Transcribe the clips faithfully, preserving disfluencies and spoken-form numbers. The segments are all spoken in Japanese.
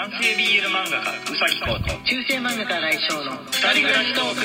男性 ビーエル 漫画家うさぎこと中世漫画家来翔のふたり暮らしトーク。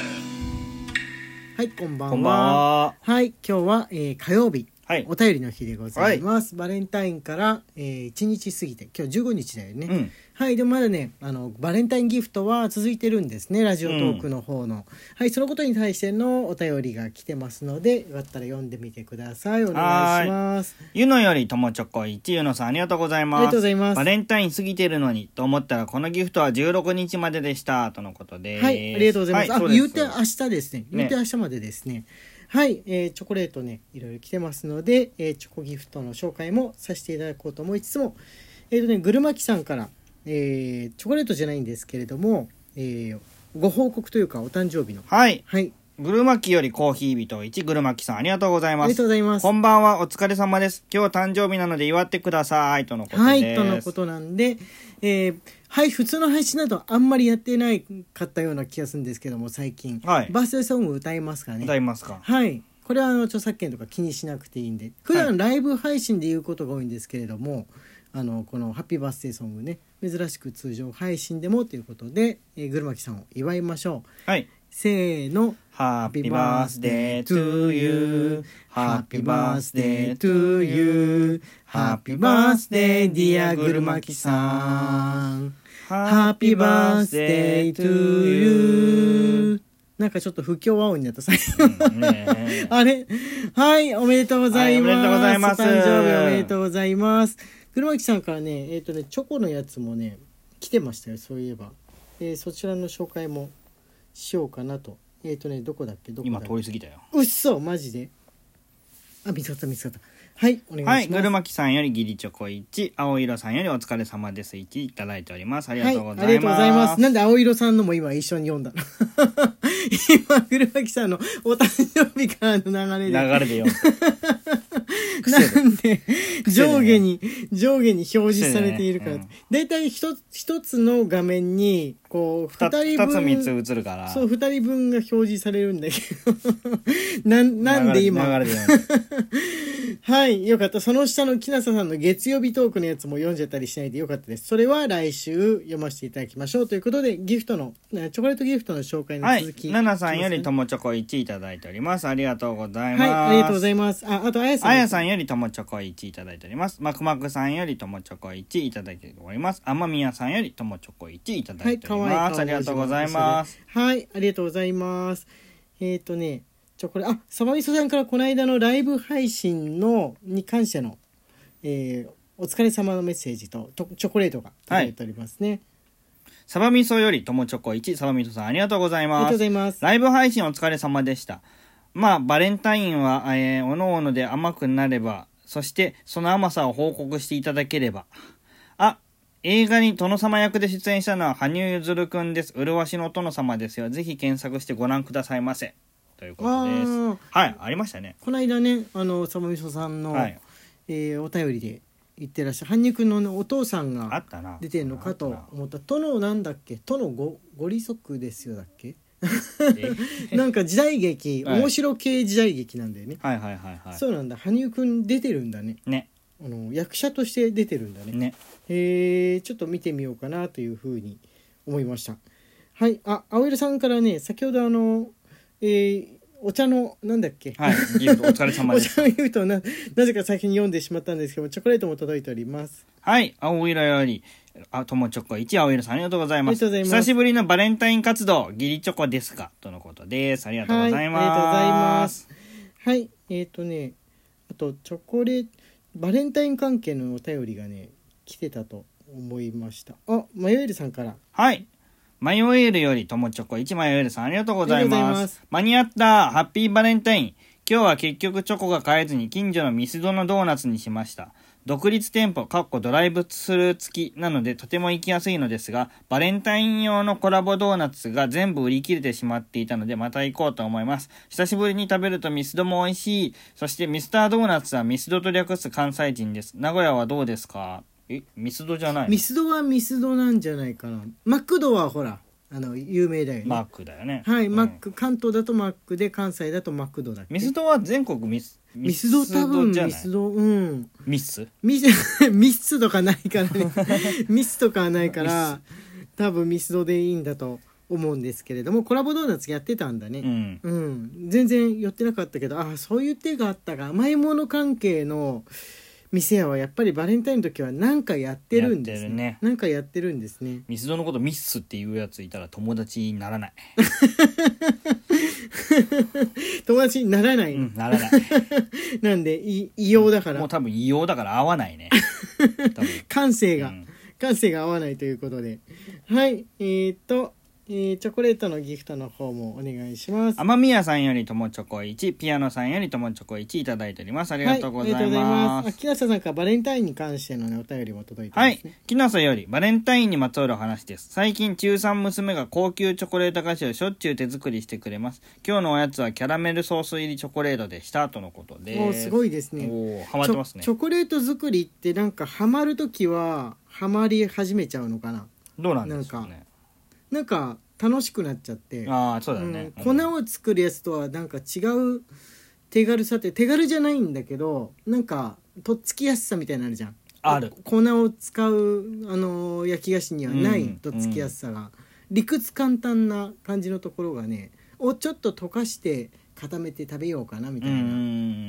はい、こんばんは。 こんばんは。 はい、今日は、えー、火曜日、 はい、 お便りの日でございます、はい、バレンタインから、えー、いちにち過ぎて今日じゅうごにちだよね、うん、はい。でもまだねあのバレンタインギフトは続いてるんですね、ラジオトークの方の、うん、はい。そのことに対してのお便りが来てますので、よかったら読んでみてください。お願いします。 ゆのよりともちょこいち、ゆのさんありがとうございます。 ありがとうございます。 バレンタイン過ぎてるのにと思ったらこのギフトはじゅうろくにちまででしたとのことで、 はい、ありがとうございます、はい。あ、言うて明日ですね、言うて明日までですね。はい、えー、チョコレートねいろいろ来てますので、えー、チョコギフトの紹介もさせていただこうと思いつつも、えーとね、ぐるまきさんから、えー、チョコレートじゃないんですけれども、えー、ご報告というかお誕生日の、 はい、 はい、 ぐるまきよりコーヒー人いち、ぐるまきさんありがとうございます。 ありがとうございます。 こんばんは、お疲れ様です。今日誕生日なので祝ってくださいとのことです。 はい、とのことなんで、えー、はい、普通の配信などあんまりやってないかったような気がするんですけども、最近、はい、バースデーソング歌いますかね。 歌いますか。 はい、これはあの著作権とか気にしなくていいんで、普段ライブ配信で言うことが多いんですけれども、はい、あのこのハッピーバースデーソングね、珍しく通常配信でもということで、えー、ぐるまきさんを祝いましょう。 はい、 せーの、 ハッピーバースデートゥーユー、ハッピーバースデートゥーユー、ハッピーバースデーディアぐるまきさん、ハッピーバースデートゥーユー。なんかちょっと不協和音になった最後、うんね、あれ、はい、おめでとうございます、はい、おめでとうございます。誕生日おめでとうございます。ぐるまきさんからね、えっとね、チョコのやつもね来てましたよ、そういえば、えー、そちらの紹介もしようかなと。えっとね、どこだっけ、どこだっけ。 今通り過ぎたよ。 うっそ、マジで。あ、見つかった見つかった。はい、お願いします。はい、 ぐるまきさんよりギリチョコいち、青色さんよりお疲れ様ですいちいただいております。ありがとうございます。はい、ありがとうございます。 なんで青色さんのも今一緒に読んだの今ぐるまきさんのお誕生日からの流れで流れで読んだなんで上下に、ね、上下に表示されているから、だいたい一つ一つの画面にこう二人分、 二つ三つ映るから、 そう二人分が表示されるんだけどな、なんで今流れではい、よかった。その下のきなささんの月曜日トークのやつも読んじゃったりしないでよかったです。それは来週読ませていただきましょうということで、ギフトのチョコレートギフトの紹介の続き、 はい、ナナさんよりともチョコいちいただいております。ありがとうございます。 はい、ありがとうございます。あ、あとあやさん、 あやさんよりともチョコいちいただいております。マクマクさんよりともチョコいちいただいております。あまみやさんよりともチョコいちいただいております、はい、かわいい、ありがとうございます。 はい、ありがとうございます。えっ、ー、とねちょこれあサバみそさんからこの間のライブ配信のに関しての、えー、お疲れ様のメッセージとチョコレートが届いておりますね。はい、 サバみそよりともチョコいち、サバみそさんありがとうございます。 ありがとうございます。 ライブ配信お疲れ様でした。まあバレンタインは、えー、おのおので甘くなれば、そしてその甘さを報告していただければ。あ、映画に殿様役で出演したのは羽生結弦くんです。麗しの殿様ですよ。ぜひ検索してご覧くださいませ。ということです。はい、ありましたね。 この間ね、あのサバみそさんの、はい、えー、お便りで言ってらっしゃる羽生くんの、ね、お父さんが出てるのかと思った。殿なんだっけ、殿ごご利息ですよだっけなんか時代劇、はい、面白系時代劇なんだよね。 はいはいはいはい。 そうなんだ、羽生くん出てるんだね。 ね。 あの役者として出てるんだね。 ね。 へえ、ちょっと見てみようかなというふうに思いました。はい、あ、青色さんからね、先ほどあの、えー、お茶のなんだっけ、 はい、ギフトお疲れ様です。 お茶のギフトを な, なぜか先に読んでしまったんですけど、チョコレートも届いております。 はい、青色よりあともチョコいち、青色さんありがとうございます。久しぶりのバレンタイン活動、ギリチョコですかとのことです。ありがとうございます。はい、ありがとうございます。 はい、えっ、ー、とね、あとチョコレートバレンタイン関係のお便りがね来てたと思いました。あ、マヨエルさんから。 はい、マヨエルよりともチョコいち、マヨエルさんありがとうございます。ます。間に合った、ハッピーバレンタイン。今日は結局チョコが買えずに近所のミスドのドーナツにしました。独立店舗かっこドライブスルー付きなのでとても行きやすいのですが、バレンタイン用のコラボドーナツが全部売り切れてしまっていたのでまた行こうと思います。久しぶりに食べるとミスドも美味しい。そしてミスタードーナツはミスドと略す関西人です。名古屋はどうですか？え、ミスドじゃないの？ ミスドはミスドなんじゃないかな。マクドはほらあの有名だよね。 マックだよね。 はい、 うん、 マック、関東だとマックで関西だとマクドだっけ。 ミスドは全国ミスミスド多分じゃないミスドうんミスミスミスとかないからねミスとかはないから多分ミスドでいいんだと思うんですけれども、コラボドーナツやってたんだね。 うん、 うん、全然寄ってなかったけど、あそういう手があったが、甘いもの関係の店屋はやっぱりバレンタインの時は何かやってるんですね。 ねなんかやってるんですね。 ミスドのことミスっていうやついたら友達にならない友達にならない、 うん、ならないなんでい異様だからもう多分異様だから合わないね多分感性が、 うん、 感性が合わないということで、はいえー、っとえー、チョコレートのギフトの方もお願いします。 天宮さんよりともチョコいち、ピアノさんよりともチョコいちいただいております。ありがとうございます。はい、ありがとうございます。 木下さんからバレンタインに関しての、ね、お便りも届いてますね。 はい、木下よりバレンタインにまつわるお話です。最近中さん娘が高級チョコレート菓子をしょっちゅう手作りしてくれます。今日のおやつはキャラメルソース入りチョコレートでしたとのことです。 おすごいですね。 おハマってますね。 チョコレート作りってなんかハマるときはハマり始めちゃうのかな。 どうなんですかね。 なんかなんか楽しくなっちゃって、 あそうだね、 うん、粉を作るやつとはなんか違う手軽さって、手軽じゃないんだけどなんかとっつきやすさみたいなのあるじゃん。 ある粉を使う、あのー焼き菓子にはないとっつきやすさが、うん、理屈簡単な感じのところがねをちょっと溶かして固めて食べようかなみたいな、うん、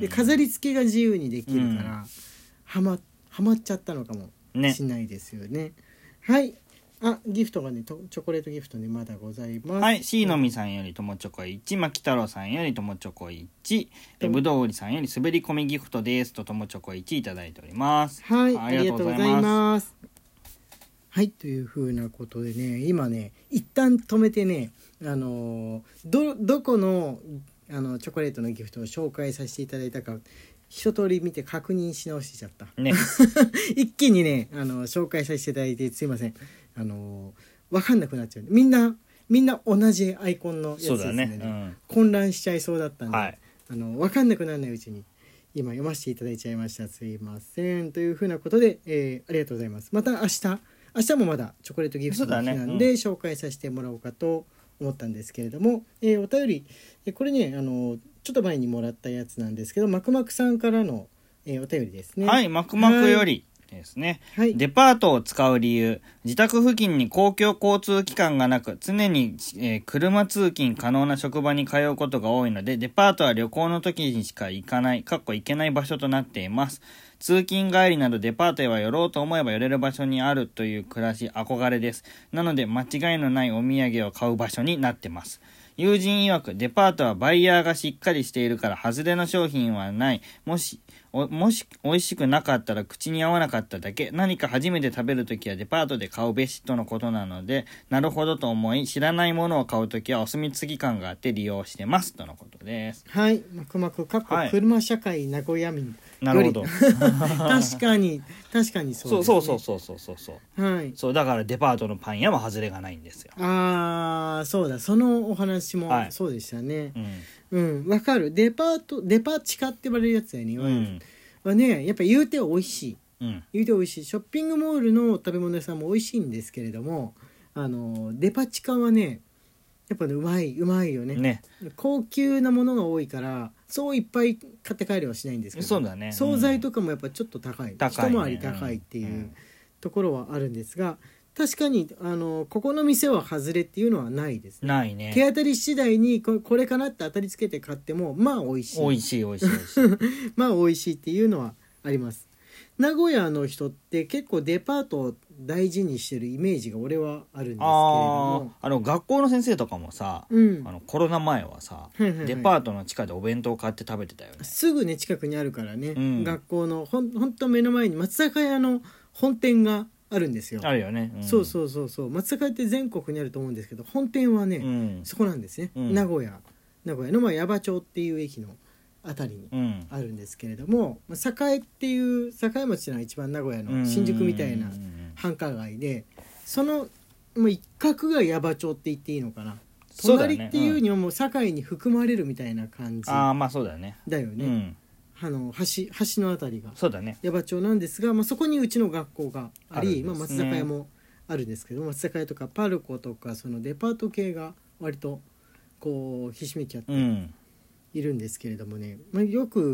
で飾り付けが自由にできるから、うん、はま、はまっちゃったのかもしないですよね。ねはいあ、ギフトがね、チョコレートギフトね、まだございます。 はい、シーのみさんよりともチョコいち、まき太郎さんよりともチョコいち、ぶどう売りさんより滑り込みギフトですとともチョコいちいただいております。 はい、ありがとうございます。はい、というふうなことでね、今ね、一旦止めてね、あのどどこのあのチョコレートのギフトを紹介させていただいたか。一通り見て確認し直しちゃった、ね、一気にねあの紹介させていただいてすいません。あの分かんなくなっちゃう。みんなみんな同じアイコンのやつですね。ね、うん、混乱しちゃいそうだったんで、はい、あの分かんなくならないうちに今読ませていただいちゃいました。すいませんというふうなことで、えー、ありがとうございます。また明日明日もまだチョコレートギフトの日なんで、ねうん、紹介させてもらおうかと思ったんですけれども、えー、お便りこれねあのちょっと前にもらったやつなんですけど、マクマクさんからの、えー、お便りですね。 はい、マクマクよりですね、はい、デパートを使う理由、自宅付近に公共交通機関がなく常に、えー、車通勤可能な職場に通うことが多いので、デパートは旅行の時にしか行かないかっこ行けない場所となっています。通勤帰りなどデパートへは寄ろうと思えば寄れる場所にあるという暮らし憧れです。なので間違いのないお土産を買う場所になってます。友人曰くデパートはバイヤーがしっかりしているから外れの商品はない。もしもし美味しくなかったら口に合わなかっただけ。何か初めて食べるときはデパートで買うべしとのことなので、なるほどと思い、知らないものを買うときはお墨付き感があって利用してますとのことです。 はい、マクマクかっこ車社会名古屋民、 なるほど確かに確かにそうですね。 そうそうそうそうそうそう、 はい、 そうだからデパートのパン屋は外れがないんですよ。 ああそうだ、そのお話もそうでしたね。うん、わ、うん、かる。デパートデパ地下って言われるやつやね、いわゆる、うんはね、やっぱ言うて美味しい、うん、言うて美味しい。ショッピングモールの食べ物屋さんも美味しいんですけれども、あのデパ地下はねやっぱねうまいうまいよ ね, ね高級なものが多いからそういっぱい買って帰りはしないんですけど、 そうだね、うん、 惣菜とかもやっぱちょっと高い、高いね、一回り高いっていうところはあるんですが、確かにあのここの店は外れっていうのはないですね。 ないね。 手当たり次第に こ, これかなって当たりつけて買ってもまあ美味しい美味しい美味しい美味しいまあ美味しいっていうのはあります。名古屋の人って結構デパートを大事にしてるイメージが俺はあるんですけれども、 ああの学校の先生とかもさ、うん、あのコロナ前はさ、はいはいはい、デパートの地下でお弁当買って食べてたよね。 すぐね近くにあるからね、うん、学校のほんほんと目の前に松坂屋の本店があるんですよ。 あるよね、 うん、そうそうそうそう。松坂屋って全国にあると思うんですけど本店はね、うん、そこなんですね、うん、名古屋名古屋のまあ矢場町っていう駅のあたりにあるんですけれども、うん、栄っていう栄町っていうのは一番名古屋の新宿みたいな繁華街で、そのもう一角が矢場町って言っていいのかな、隣っていうにはもう堺に含まれるみたいな感じだよね。 ああまあそうだよね。 だよね、うんあの 橋, 橋のあたりがそうだね矢場町なんですが、まあ、そこにうちの学校があり、あまあ、松坂屋もあるんですけど、松坂屋とかパルコとかそのデパート系が割とこうひしめき合っているんですけれどもね、まあ、よく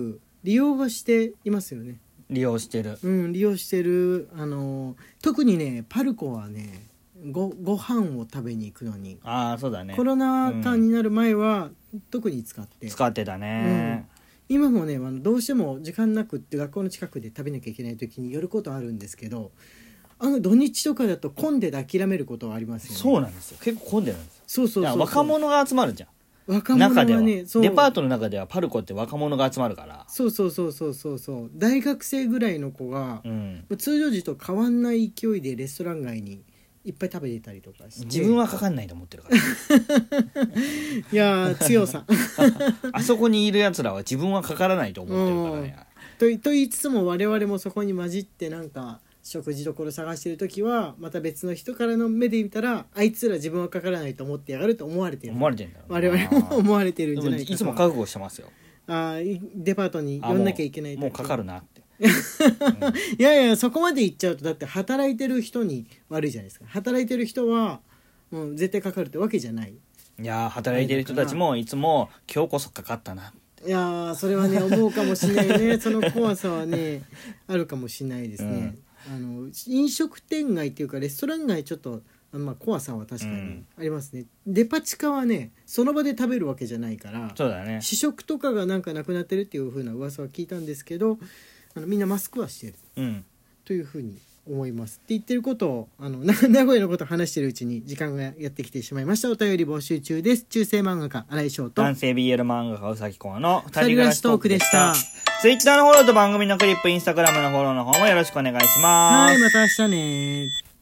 利用はしていますよね。 利用してる。 うん利用してる。あの特にねパルコはねごご飯を食べに行くのに、 ああそうだね。 コロナ禍になる前は特に使って、 使ってたね。 今もねあのどうしても時間なくって学校の近くで食べなきゃいけない時に寄ることあるんですけど、あの土日とかだと混んでで諦めることはありますよね。 そうなんですよ。結構混んでるんですよ。 そうそうそうそう。 若者が集まるじゃん。 若者はね、 中ではそうデパートの中ではパルコって若者が集まるから。 そうそうそうそうそうそう。大学生ぐらいの子が、 うん、 通常時と変わんない勢いでレストラン街にいっぱい食べてたりとかして。 自分はかかんないと思ってるからいやー強さあそこにいるやつらは自分はかからないと思ってるからね。 と, と言いつつも我々もそこに混じってなんか食事どころ探してるときはまた別の人からの目で見たらあいつら自分はかからないと思ってやがると思われてる。 思われてるんだろうな。 我々も思われてるんじゃないかと。 いつも覚悟してますよ。 あデパートに寄んなきゃいけないと。 もうかかるなって、 うん、いやいやそこまで行っちゃうとだって働いてる人に悪いじゃないですか。働いてる人はもう絶対かかるってわけじゃない。 いや働いてる人たちもいつも今日こそかかったな。 いやそれはね思うかもしれないねその怖さはねあるかもしれないですね、うん、あの飲食店街っていうかレストラン街ちょっと、まあ、怖さは確かにありますね、うん、デパ地下はねその場で食べるわけじゃないからそうだね。 試食とかがなんかなくなってるっていう風な噂は聞いたんですけどあのみんなマスクはしてる、うん、という風に思いますって言ってることをあの名古屋のことを話してるうちに時間がやってきてしまいました。お便り募集中です。中世漫画家新井翔と男性 ビーエル 漫画家うさぎこうの二人暮らしトークでした。 ツイッターのフォローと番組のクリップインスタグラムのフォローの方もよろしくお願いします。 はいまた明日ね。